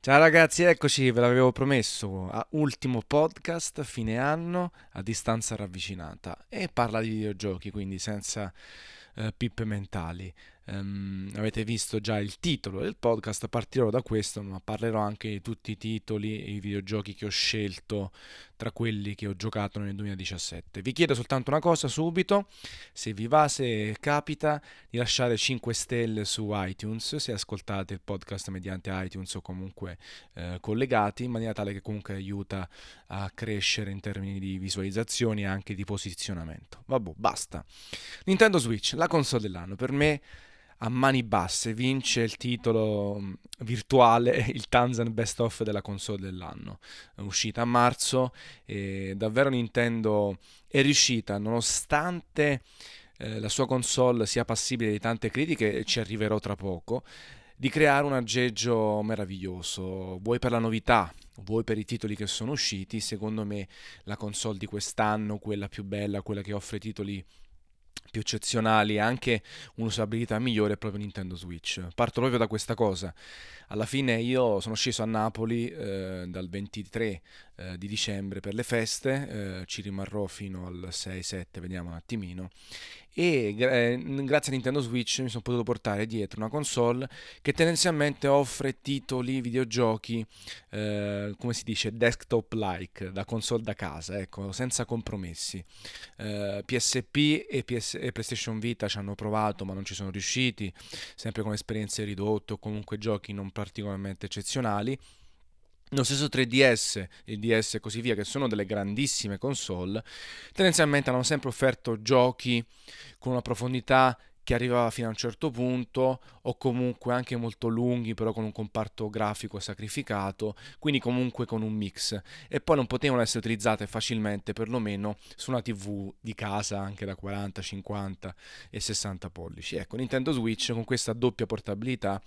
Ciao ragazzi, eccoci, ve l'avevo promesso, ultimo podcast, fine anno, a distanza ravvicinata e parla di videogiochi, quindi senza pippe mentali. Avete visto già il titolo del podcast, partirò da questo, ma parlerò anche di tutti i titoli e i videogiochi che ho scelto tra quelli che ho giocato nel 2017. Vi chiedo soltanto una cosa subito, se vi va, se capita, di lasciare 5 stelle su iTunes se ascoltate il podcast mediante iTunes o comunque collegati, in maniera tale che comunque aiuta a crescere in termini di visualizzazioni e anche di posizionamento. Vabbè, basta. Nintendo Switch, la console dell'anno, per me a mani basse vince il titolo virtuale, il Tanzan Best of della console dell'anno. È uscita a marzo e davvero Nintendo è riuscita, nonostante la sua console sia passibile di tante critiche, e ci arriverò tra poco, di creare un aggeggio meraviglioso. Vuoi per la novità, vuoi per i titoli che sono usciti, secondo me la console di quest'anno, quella più bella, quella che offre titoli più eccezionali e anche un'usabilità migliore è proprio Nintendo Switch. Parto proprio da questa cosa. Alla fine io sono sceso a Napoli dal 23 di dicembre per le feste, ci rimarrò fino al 6-7, vediamo un attimino, e grazie a Nintendo Switch mi sono potuto portare dietro una console che tendenzialmente offre titoli, videogiochi, come si dice, desktop-like, da console da casa, ecco, senza compromessi. PSP e PlayStation Vita ci hanno provato ma non ci sono riusciti, sempre con esperienze ridotte o comunque giochi non particolarmente eccezionali. Lo stesso 3DS, il DS e così via, che sono delle grandissime console, tendenzialmente hanno sempre offerto giochi con una profondità che arrivava fino a un certo punto, o comunque anche molto lunghi, però con un comparto grafico sacrificato, quindi comunque con un mix. E poi non potevano essere utilizzate facilmente, perlomeno su una TV di casa, anche da 40, 50 e 60 pollici. Ecco, Nintendo Switch con questa doppia portabilità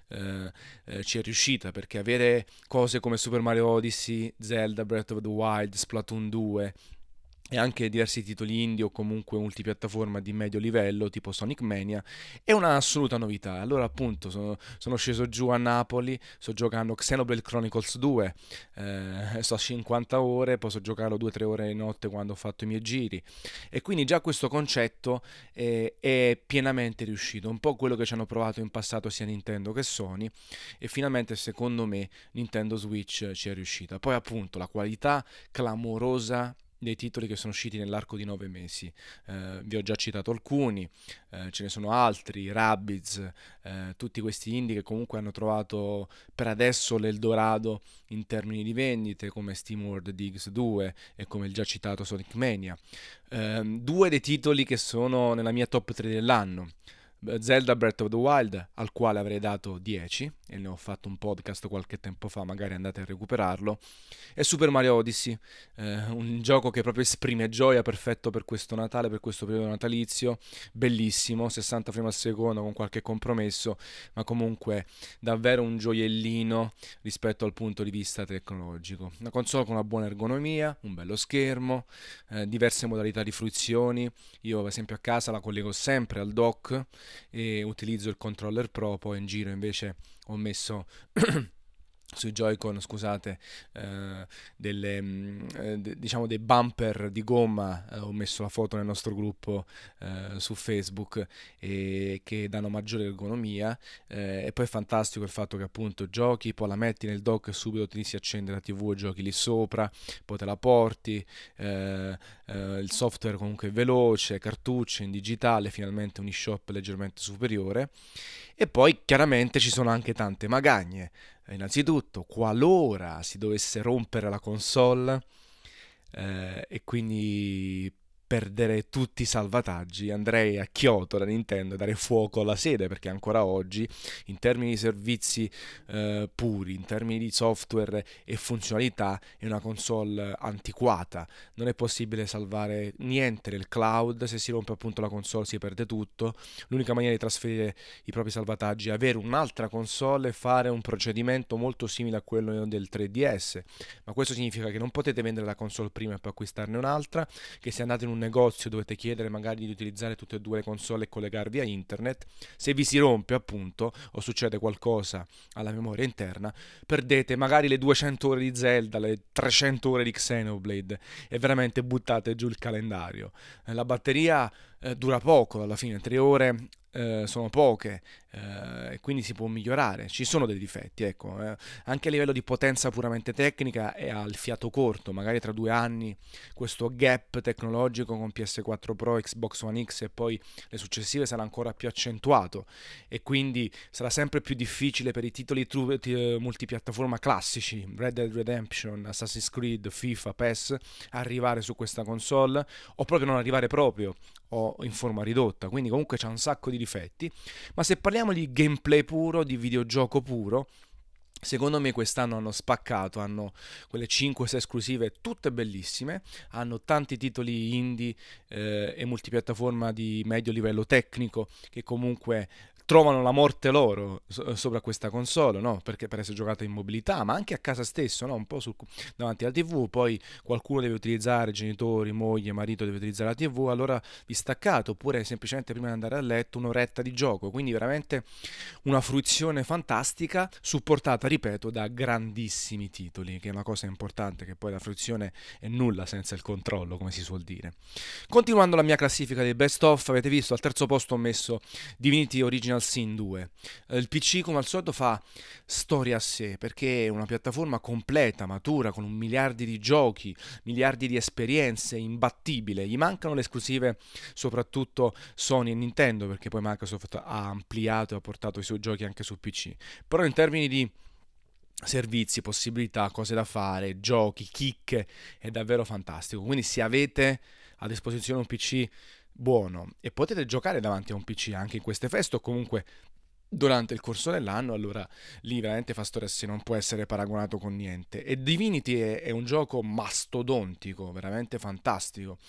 ci è riuscita, perché avere cose come Super Mario Odyssey, Zelda Breath of the Wild, Splatoon 2 e anche diversi titoli indie o comunque multipiattaforma di medio livello tipo Sonic Mania è un'assoluta novità. Allora appunto sono sceso giù a Napoli, sto giocando Xenoblade Chronicles 2, sto a 50 ore, posso giocarlo 2-3 ore di notte quando ho fatto i miei giri, e quindi già questo concetto è pienamente riuscito, un po' quello che ci hanno provato in passato sia Nintendo che Sony, e finalmente secondo me Nintendo Switch ci è riuscita. Poi appunto la qualità clamorosa dei titoli che sono usciti nell'arco di 9 mesi. Vi ho già citato alcuni, ce ne sono altri, Rabbids, tutti questi indie che comunque hanno trovato per adesso l'Eldorado in termini di vendite, come SteamWorld Diggs 2 e come il già citato Sonic Mania. Due dei titoli che sono nella mia top 3 dell'anno. Zelda Breath of the Wild, al quale avrei dato 10, e ne ho fatto un podcast qualche tempo fa, magari andate a recuperarlo, e Super Mario Odyssey, un gioco che proprio esprime gioia, perfetto per questo Natale, per questo periodo natalizio, bellissimo, 60 frame al secondo con qualche compromesso, ma comunque davvero un gioiellino rispetto al punto di vista tecnologico. Una console con una buona ergonomia, un bello schermo, diverse modalità di fruizioni. Io ad esempio a casa la collego sempre al dock e utilizzo il controller Pro, poi in giro invece ho messo sui Joy-Con, scusate, diciamo dei bumper di gomma, ho messo la foto nel nostro gruppo su Facebook, e che danno maggiore ergonomia, e poi è fantastico il fatto che appunto giochi, poi la metti nel dock e subito ti si accende la TV e giochi lì sopra, poi te la porti, il software comunque è veloce, cartucce in digitale, finalmente un eShop leggermente superiore. E poi chiaramente ci sono anche tante magagne. Innanzitutto, qualora si dovesse rompere la console e quindi perdere tutti i salvataggi, andrei a Kyoto da Nintendo a dare fuoco alla sede, perché ancora oggi, in termini di servizi puri, in termini di software e funzionalità, è una console antiquata. Non è possibile salvare niente nel cloud, se si rompe appunto la console si perde tutto. L'unica maniera di trasferire i propri salvataggi è avere un'altra console e fare un procedimento molto simile a quello del 3DS, ma questo significa che non potete vendere la console prima e poi acquistarne un'altra, che se andate in un negozio dovete chiedere magari di utilizzare tutte e due le console e collegarvi a internet, se vi si rompe appunto o succede qualcosa alla memoria interna, perdete magari le 200 ore di Zelda, le 300 ore di Xenoblade e veramente buttate giù il calendario. La batteria dura poco alla fine, 3 ore sono poche, e quindi si può migliorare. Ci sono dei difetti, ecco, anche a livello di potenza puramente tecnica è al fiato corto, magari tra 2 anni questo gap tecnologico con PS4 Pro, Xbox One X e poi le successive sarà ancora più accentuato e quindi sarà sempre più difficile per i titoli multipiattaforma classici, Red Dead Redemption, Assassin's Creed, FIFA, PES, arrivare su questa console o proprio non arrivare proprio o in forma ridotta, quindi comunque c'è un sacco di difetti, ma se parliamo di gameplay puro, di videogioco puro, secondo me quest'anno hanno spaccato, hanno quelle 5-6 esclusive tutte bellissime, hanno tanti titoli indie e multipiattaforma di medio livello tecnico che comunque trovano la morte loro sopra questa console, no? Perché per essere giocata in mobilità, ma anche a casa stesso, no? Un po' davanti alla TV, poi qualcuno deve utilizzare, genitori, moglie, marito deve utilizzare la TV, allora vi staccate, oppure semplicemente prima di andare a letto un'oretta di gioco, quindi veramente una fruizione fantastica, supportata, ripeto, da grandissimi titoli, che è una cosa importante, che poi la fruizione è nulla senza il controllo, come si suol dire. Continuando la mia classifica dei best of, avete visto, al terzo posto ho messo Divinity Original Sin 2. Il PC come al solito fa storia a sé, perché è una piattaforma completa, matura, con un miliardi di giochi, miliardi di esperienze, imbattibile. Gli mancano le esclusive, soprattutto Sony e Nintendo, perché poi Microsoft ha ampliato e ha portato i suoi giochi anche su PC. Però in termini di servizi, possibilità, cose da fare, giochi, chicche, è davvero fantastico. Quindi se avete a disposizione un PC buono e potete giocare davanti a un PC anche in queste feste o comunque durante il corso dell'anno, allora lì veramente fa storia se non può essere paragonato con niente. E Divinity è un gioco mastodontico, veramente fantastico.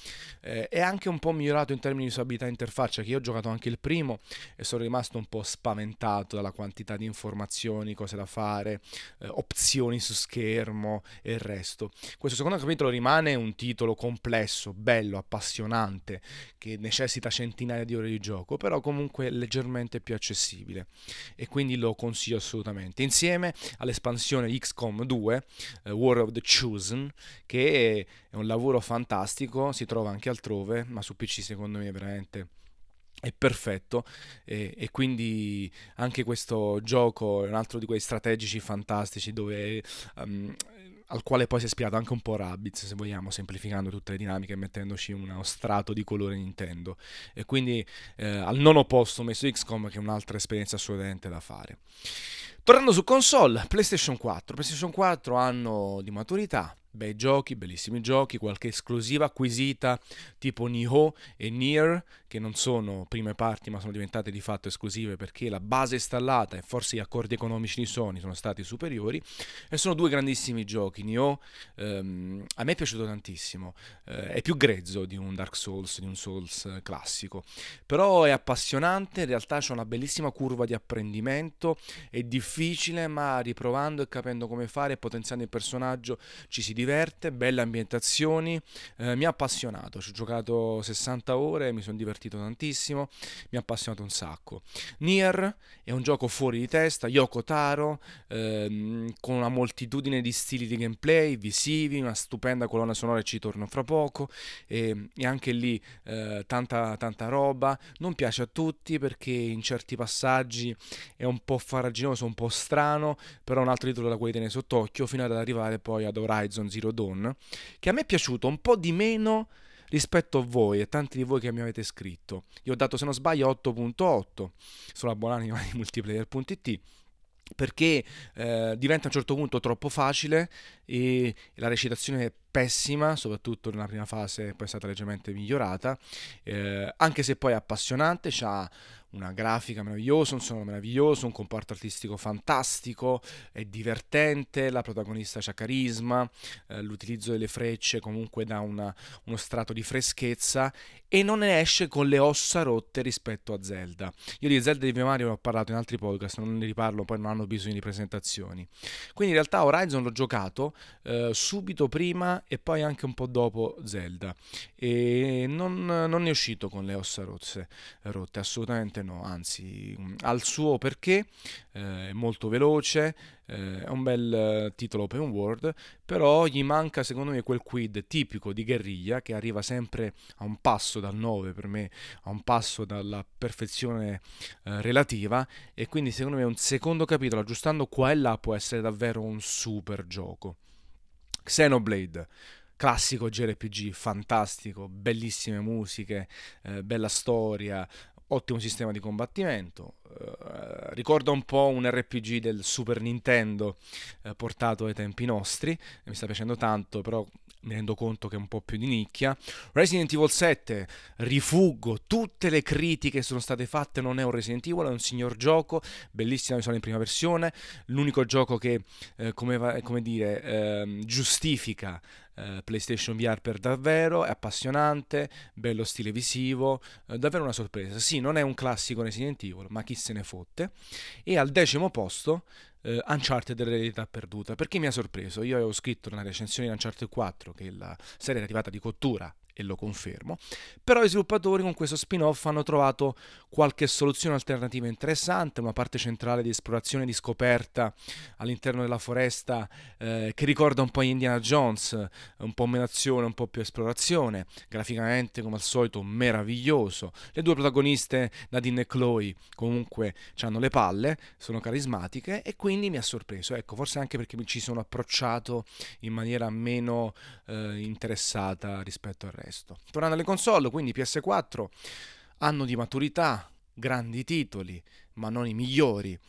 È anche un po' migliorato in termini di usabilità e interfaccia, che io ho giocato anche il primo e sono rimasto un po' spaventato dalla quantità di informazioni, cose da fare, opzioni su schermo e il resto. Questo secondo capitolo rimane un titolo complesso, bello, appassionante, che necessita centinaia di ore di gioco, però comunque leggermente più accessibile e quindi lo consiglio assolutamente insieme all'espansione XCOM 2 War of the Chosen, che è un lavoro fantastico, si trova anche altrove, ma su PC secondo me veramente è perfetto e quindi anche questo gioco è un altro di quei strategici fantastici dove al quale poi si è ispirato anche un po' Rabbids, se vogliamo, semplificando tutte le dinamiche e mettendoci uno strato di colore Nintendo. E quindi al nono posto ho messo XCOM, che è un'altra esperienza assolutamente da fare. Tornando su console, PlayStation 4. PlayStation 4 anno di maturità, bei giochi, bellissimi giochi, qualche esclusiva acquisita tipo Nioh e Nier, che non sono prime parti ma sono diventate di fatto esclusive perché la base installata e forse gli accordi economici di Sony sono stati superiori, e sono due grandissimi giochi. Nioh a me è piaciuto tantissimo, è più grezzo di un Dark Souls, di un Souls classico, però è appassionante, in realtà c'è una bellissima curva di apprendimento, è difficile ma riprovando e capendo come fare e potenziando il personaggio ci si diverte, belle ambientazioni, mi ha appassionato, ci ho giocato 60 ore, mi sono divertito tantissimo, mi ha appassionato un sacco. Nier è un gioco fuori di testa, Yoko Taro, con una moltitudine di stili di gameplay, visivi, una stupenda colonna sonora e ci torno fra poco, e anche lì tanta roba, non piace a tutti perché in certi passaggi è un po' farraginoso, un po' strano, però è un altro titolo da cui tenere sott'occhio fino ad arrivare poi ad Horizon Zero Dawn, che a me è piaciuto un po' di meno rispetto a voi e tanti di voi che mi avete scritto. Io ho dato, se non sbaglio, 8.8 sulla buonanima di multiplayer.it, perché diventa a un certo punto troppo facile e la recitazione è pessima, soprattutto nella prima fase, poi è stata leggermente migliorata, anche se poi è appassionante, c'ha una grafica meravigliosa, un suono meraviglioso, un comparto artistico fantastico, è divertente, la protagonista c'ha carisma, l'utilizzo delle frecce comunque dà uno strato di freschezza e non ne esce con le ossa rotte rispetto a Zelda. Io di Zelda e di Mario ne ho parlato in altri podcast, non ne riparlo, poi non hanno bisogno di presentazioni. Quindi in realtà Horizon l'ho giocato subito prima e poi anche un po' dopo Zelda e non ne è uscito con le ossa rotte, assolutamente no, anzi ha il suo perché, è molto veloce, è un bel titolo open world, però gli manca secondo me quel quid tipico di guerriglia che arriva sempre a un passo dal 9 per me, a un passo dalla perfezione relativa e quindi secondo me un secondo capitolo aggiustando qua e là può essere davvero un super gioco. Xenoblade, classico JRPG, fantastico, bellissime musiche, bella storia, ottimo sistema di combattimento. Ricorda un po' un RPG del Super Nintendo portato ai tempi nostri. Mi sta piacendo tanto, però mi rendo conto che è un po' più di nicchia. Resident Evil 7, rifuggo tutte le critiche che sono state fatte. Non è un Resident Evil, è un signor gioco, bellissima visuale in prima versione. L'unico gioco che, come dire, giustifica PlayStation VR per davvero, è appassionante, bello stile visivo, davvero una sorpresa. Sì, non è un classico Resident Evil, ma chi se ne fotte. E al 10° posto Uncharted dell'eredità perduta. Perché mi ha sorpreso? Io avevo scritto nella recensione di Uncharted 4 che la serie è arrivata di cottura e lo confermo, però i sviluppatori con questo spin-off hanno trovato qualche soluzione alternativa interessante, una parte centrale di esplorazione e di scoperta all'interno della foresta che ricorda un po' Indiana Jones, un po' meno azione, un po' più esplorazione, graficamente come al solito meraviglioso. Le due protagoniste, Nadine e Chloe, comunque hanno le palle, sono carismatiche e quindi mi ha sorpreso, ecco, forse anche perché mi ci sono approcciato in maniera meno interessata rispetto al resto. Tornando alle console, quindi PS4, anno di maturità, grandi titoli, ma non i migliori.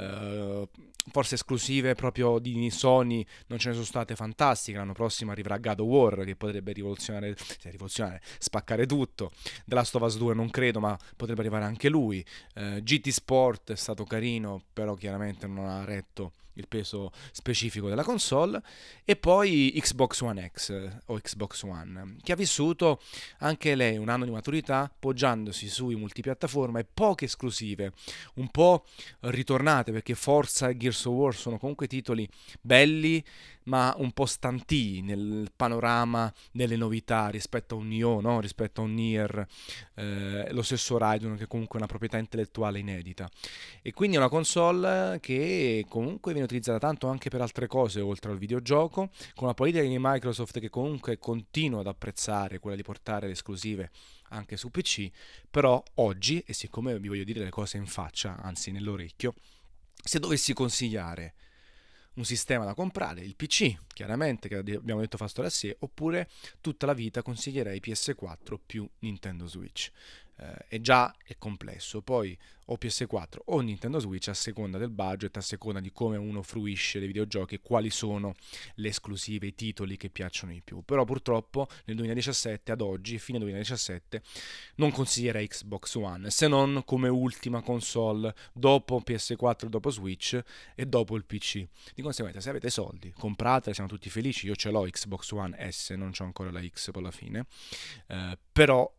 Forse esclusive proprio di Sony non ce ne sono state fantastiche. L'anno prossimo arriverà God of War che potrebbe rivoluzionare, spaccare tutto. The Last of Us 2 non credo, ma potrebbe arrivare anche lui. GT Sport è stato carino, però chiaramente non ha retto il peso specifico della console. E poi Xbox One X o Xbox One, che ha vissuto anche lei un anno di maturità, poggiandosi sui multipiattaforma e poche esclusive, un po' ritornate perché Forza e Gears of War sono comunque titoli belli ma un po' stantii nel panorama delle novità rispetto a un Nioh, no? Rispetto a un Nier, lo stesso Raiden che comunque è una proprietà intellettuale inedita e quindi è una console che comunque viene utilizzata tanto anche per altre cose oltre al videogioco, con una politica di Microsoft che comunque continua ad apprezzare quella di portare le esclusive anche su PC, però oggi, e siccome vi voglio dire le cose in faccia, anzi nell'orecchio, se dovessi consigliare un sistema da comprare, il PC, chiaramente, che abbiamo detto fa storia a sé, oppure tutta la vita consiglierei PS4 più Nintendo Switch. E già è complesso, poi o PS4 o Nintendo Switch a seconda del budget, a seconda di come uno fruisce dei videogiochi e quali sono le esclusive, i titoli che piacciono di più. Però purtroppo nel 2017 ad oggi, fine 2017, non consiglierei Xbox One, se non come ultima console dopo PS4, dopo Switch e dopo il PC. Di conseguenza, se avete soldi, compratela, siamo tutti felici. Io ce l'ho Xbox One S, non c'ho ancora la X per la fine. Però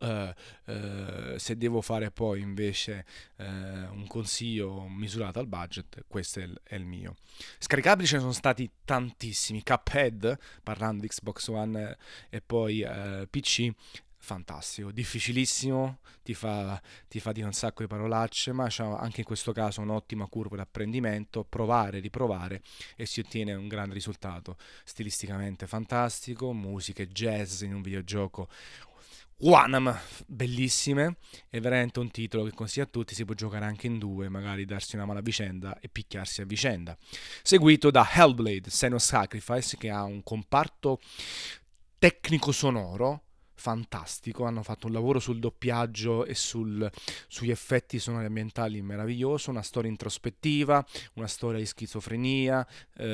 se devo fare poi invece un consiglio misurato al budget, questo è il mio. Scaricabili ce ne sono stati tantissimi. Cuphead, parlando di Xbox One e poi PC, fantastico, difficilissimo, ti fa dire un sacco di parolacce, ma c'ha anche in questo caso un'ottima curva di apprendimento, provare, riprovare e si ottiene un grande risultato. Stilisticamente fantastico, musiche jazz in un videogioco Wanam, bellissime, è veramente un titolo che consiglio a tutti, si può giocare anche in due, magari darsi una mano a vicenda e picchiarsi a vicenda. Seguito da Hellblade, Senua's Sacrifice, che ha un comparto tecnico sonoro fantastico, hanno fatto un lavoro sul doppiaggio e sugli effetti sonori ambientali meraviglioso, una storia introspettiva, una storia di schizofrenia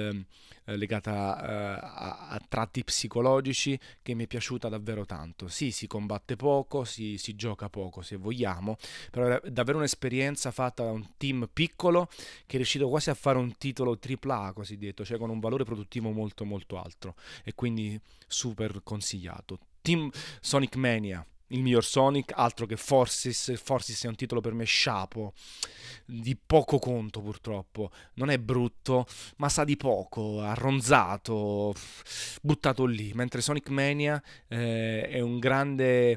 legata a tratti psicologici che mi è piaciuta davvero tanto. Sì, si combatte poco, si gioca poco se vogliamo, però è davvero un'esperienza fatta da un team piccolo che è riuscito quasi a fare un titolo AAA cosiddetto, cioè con un valore produttivo molto molto alto e quindi super consigliato. Team Sonic Mania, il miglior Sonic, altro che Forces. Forces è un titolo per me sciapo, di poco conto purtroppo. Non è brutto, ma sa di poco, arronzato, buttato lì. Mentre Sonic Mania è un grande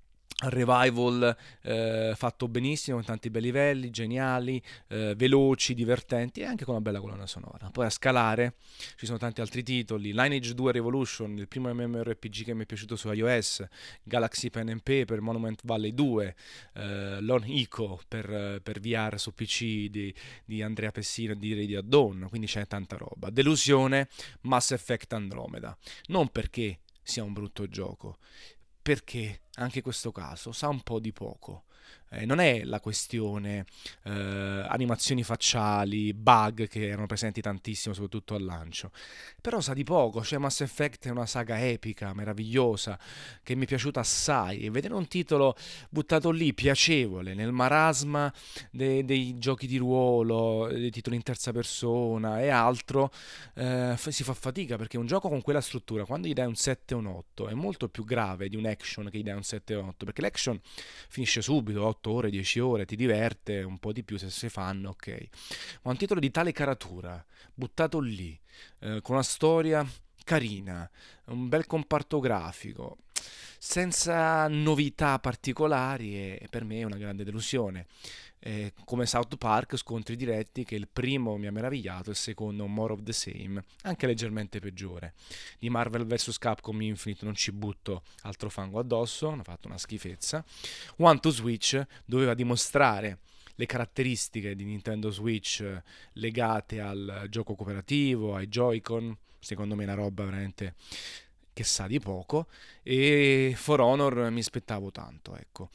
revival fatto benissimo, con tanti bei livelli, geniali, veloci, divertenti e anche con una bella colonna sonora. Poi a scalare ci sono tanti altri titoli: Lineage 2 Revolution, il primo MMORPG che mi è piaciuto su iOS, Galaxy Pen and Paper, Monument Valley 2, Lone Echo per VR su PC di Andrea Pessino e di Radio Dawn, quindi c'è tanta roba. Delusione, Mass Effect Andromeda, non perché sia un brutto gioco, perché anche in questo caso sa un po' di poco. Non è la questione animazioni facciali, bug che erano presenti tantissimo, soprattutto al lancio. Però sa di poco, cioè Mass Effect è una saga epica, meravigliosa, che mi è piaciuta assai. E vedere un titolo buttato lì, piacevole, nel marasma dei giochi di ruolo, dei titoli in terza persona e altro, si fa fatica, perché un gioco con quella struttura, quando gli dai un 7 o un 8, è molto più grave di un action che gli dai un 7 o 8, perché l'action finisce subito, 8 ore, 10 ore, ti diverte un po' di più se si fanno, ok. Ma un titolo di tale caratura, buttato lì, con una storia carina, un bel comparto grafico, senza novità particolari, e per me è una grande delusione. Come South Park, scontri diretti, che il primo mi ha meravigliato, il secondo more of the same, anche leggermente peggiore. Di Marvel vs Capcom Infinite non ci butto altro fango addosso, hanno fatto una schifezza. One to Switch doveva dimostrare le caratteristiche di Nintendo Switch legate al gioco cooperativo, ai Joy-Con, secondo me è una roba veramente che sa di poco, e For Honor mi aspettavo tanto, ecco.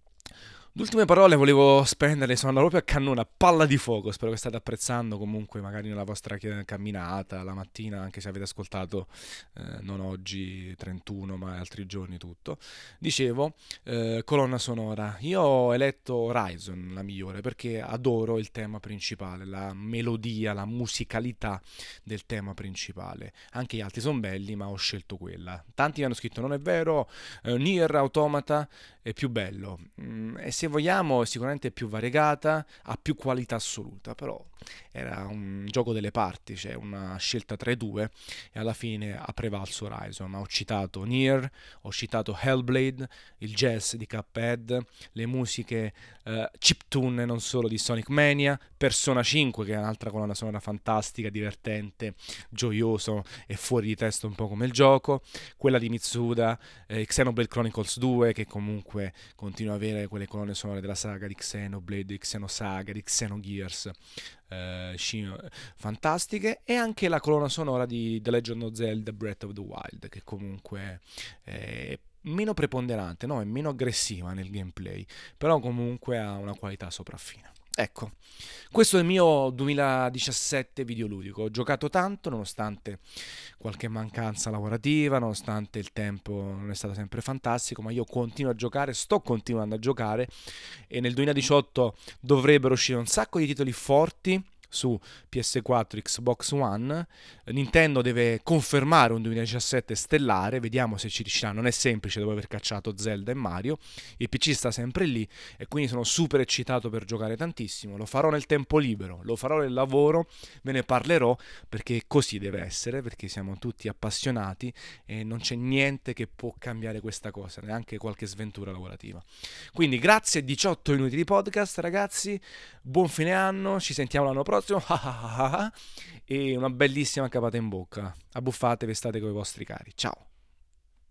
Le ultime parole volevo spenderle, sono andato proprio a cannone, a palla di fuoco. Spero che state apprezzando comunque, magari nella vostra camminata la mattina, anche se avete ascoltato non oggi 31, ma altri giorni tutto. Dicevo, colonna sonora. Io ho eletto Horizon, la migliore, perché adoro il tema principale, la melodia, la musicalità del tema principale. Anche gli altri sono belli, ma ho scelto quella. Tanti mi hanno scritto: non è vero, Nier Automata è più bello, e se vogliamo sicuramente è più variegata, ha più qualità assoluta, però era un gioco delle parti, cioè una scelta tra i due, e alla fine ha prevalso Horizon. Ho citato Nier, ho citato Hellblade, il jazz di Cuphead, le musiche chiptune non solo di Sonic Mania, Persona 5 che è un'altra colonna sonora fantastica, divertente, gioioso e fuori di testa un po' come il gioco, quella di Mitsuda, Xenoblade Chronicles 2, che comunque continua a avere quelle colonne sonore della saga di Xenoblade, di Xenosaga, di Xenogears, fantastiche, e anche la colonna sonora di The Legend of Zelda Breath of the Wild, che comunque è meno preponderante, no? È meno aggressiva nel gameplay, però comunque ha una qualità sopraffina. Ecco, questo è il mio 2017 videoludico. Ho giocato tanto nonostante qualche mancanza lavorativa, nonostante il tempo non è stato sempre fantastico, ma io continuo a giocare, sto continuando a giocare, e nel 2018 dovrebbero uscire un sacco di titoli forti su PS4, Xbox One. Nintendo deve confermare un 2017 stellare, vediamo se ci riuscirà. Non è semplice dopo aver cacciato Zelda e Mario. Il PC sta sempre lì e quindi sono super eccitato per giocare tantissimo. Lo farò nel tempo libero, lo farò nel lavoro, ve ne parlerò, perché così deve essere, perché siamo tutti appassionati e non c'è niente che può cambiare questa cosa, neanche qualche sventura lavorativa. Quindi grazie, 18 minuti di podcast ragazzi, buon fine anno, ci sentiamo l'anno prossimo e una bellissima capata in bocca. Abbuffatevi, state con i vostri cari. Ciao.